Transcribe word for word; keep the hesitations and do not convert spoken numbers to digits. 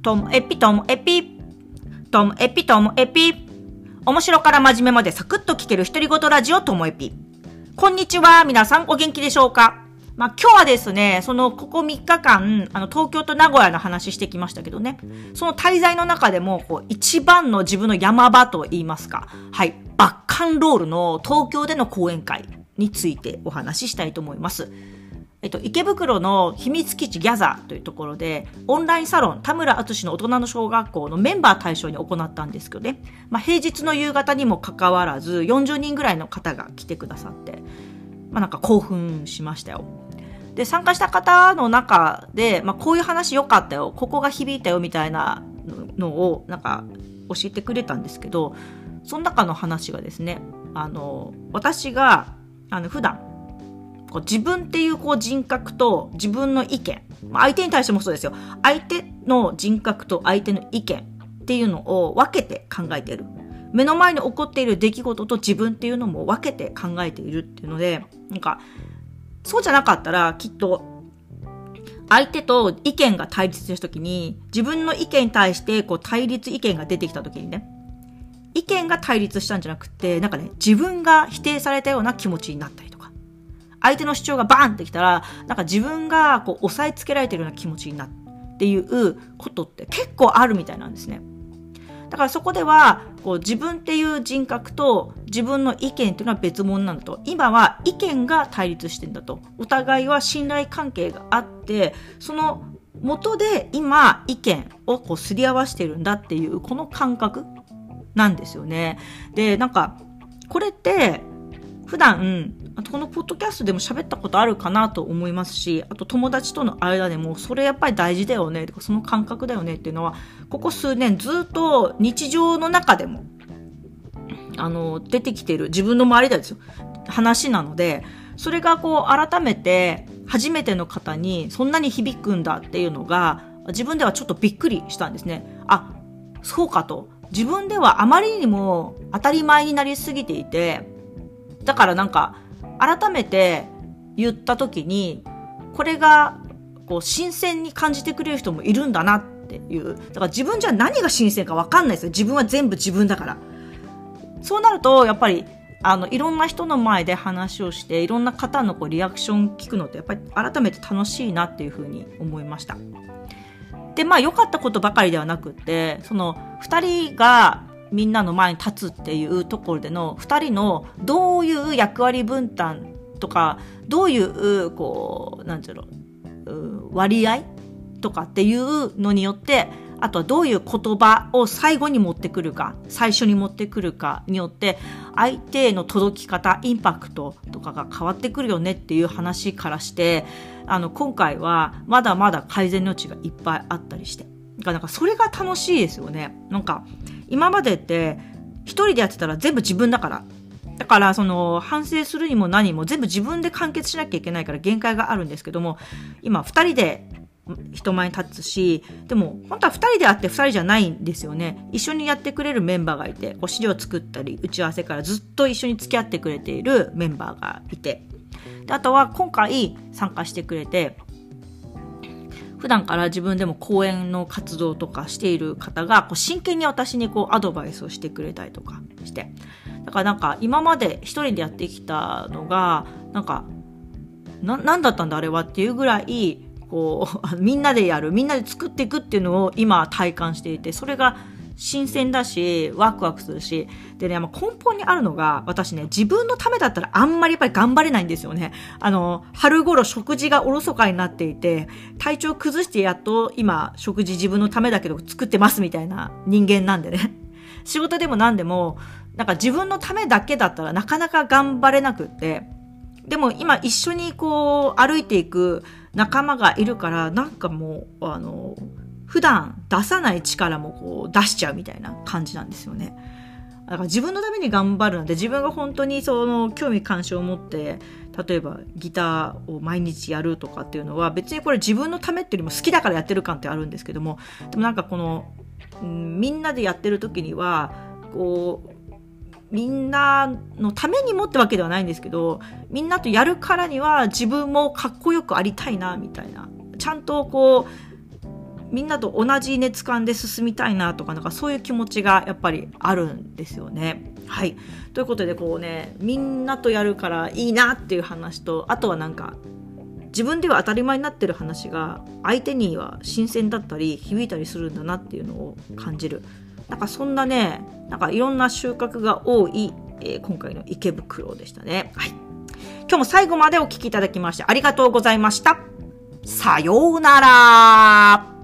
ともエピともエピともエピともエピ面白から真面目までサクッと聞ける独り言ラジオともエピ。こんにちは、皆さんお元気でしょうか。まあ、今日はですね、そのここみっかかんあの東京と名古屋の話してきましたけどね、その滞在の中でもこう一番の自分の山場と言いますか、はい、バッカンロールの東京での講演会についてお話ししたいと思います。えっと、池袋の秘密基地ギャザーというところでオンラインサロン田村淳の大人の小学校のメンバー対象に行ったんですけどね、まあ、平日の夕方にもかかわらずよんじゅうにんぐらいの方が来てくださって、まあ、なんか興奮しましたよ。で、参加した方の中で、まあ、こういう話良かったよ、ここが響いたよみたいなのをなんか教えてくれたんですけど、その中の話がですね、あの私があの普段こう自分っていうこう人格と自分の意見、相手に対してもそうですよ、相手の人格と相手の意見っていうのを分けて考えている、目の前に起こっている出来事と自分っていうのも分けて考えているっていうので、なんかそうじゃなかったらきっと相手と意見が対立した時に、自分の意見に対してこう対立意見が出てきた時にね、意見が対立したんじゃなくて、なんかね、自分が否定されたような気持ちになったりとか、相手の主張がバーンってきたら、なんか自分がこう押さえつけられてるような気持ちになるっていうことって結構あるみたいなんですね。だからそこではこう自分っていう人格と自分の意見っていうのは別物なんだと。今は意見が対立してんだと。お互いは信頼関係があって、その元で今意見をこうすり合わせてるんだっていうこの感覚なんですよね。で、なんかこれって普段あとこのポッドキャストでも喋ったことあるかなと思いますし、あと友達との間でもそれやっぱり大事だよねとか、その感覚だよねっていうのはここ数年ずっと日常の中でもあの出てきている自分の周りでですよ話なので、それがこう改めて初めての方にそんなに響くんだっていうのが自分ではちょっとびっくりしたんですね。あ、そうかと。自分ではあまりにも当たり前になりすぎていて、だからなんか改めて言った時にこれがこう新鮮に感じてくれる人もいるんだなっていう。だから自分じゃ何が新鮮か分かんないですよ。自分は全部自分だから。そうなるとやっぱりあのいろんな人の前で話をしていろんな方のこうリアクション聞くのってやっぱり改めて楽しいなっていうふうに思いました。で、まあ良かったことばかりではなくって、そのふたりがみんなの前に立つっていうところでのふたりのどういう役割分担とか、どういうこうなんていうの割合とかっていうのによって、あとはどういう言葉を最後に持ってくるか、最初に持ってくるかによって相手への届き方、インパクトとかが変わってくるよねっていう話からして、あの今回はまだまだ改善の余地がいっぱいあったりして、なんかそれが楽しいですよね。なんか今までって一人でやってたら全部自分だから。だからその反省するにも何も全部自分で完結しなきゃいけないから限界があるんですけども、今二人で人前に立つし、でも本当は二人であって二人じゃないんですよね。一緒にやってくれるメンバーがいて、こう資料作ったり打ち合わせからずっと一緒に付き合ってくれているメンバーがいて、であとは今回参加してくれて普段から自分でも講演の活動とかしている方がこう真剣に私にこうアドバイスをしてくれたりとかして、だからなんか今まで一人でやってきたのがなんかな何だったんだあれはっていうぐらいこうみんなでやる、みんなで作っていくっていうのを今体感していて、それが新鮮だしワクワクするし、でね、まあ、根本にあるのが私ね、自分のためだったらあんまりやっぱり頑張れないんですよね。あの春頃食事がおろそかになっていて、体調崩してやっと今食事自分のためだけど作ってますみたいな人間なんでね、仕事でも何でもなんか自分のためだけだったらなかなか頑張れなくって、でも今一緒にこう歩いていく仲間がいるから、なんかもうあの普段出さない力もこう出しちゃうみたいな感じなんですよね。だから自分のために頑張るので、自分が本当にその興味関心を持って例えばギターを毎日やるとかっていうのは別にこれ自分のためっていうよりも好きだからやってる感ってあるんですけども、でもなんかこの、うん、みんなでやってる時にはこうみんなのためにもってわけではないんですけど、みんなとやるからには自分もかっこよくありたいなみたいな、ちゃんとこうみんなと同じ熱感で進みたいなとか、なんかそういう気持ちがやっぱりあるんですよね。はい。ということで、こうね、みんなとやるからいいなっていう話と、あとはなんか、自分では当たり前になってる話が、相手には新鮮だったり、響いたりするんだなっていうのを感じる。なんかそんなね、なんかいろんな収穫が多い、えー、今回の池袋でしたね。はい。今日も最後までお聞きいただきましてありがとうございました。さようなら。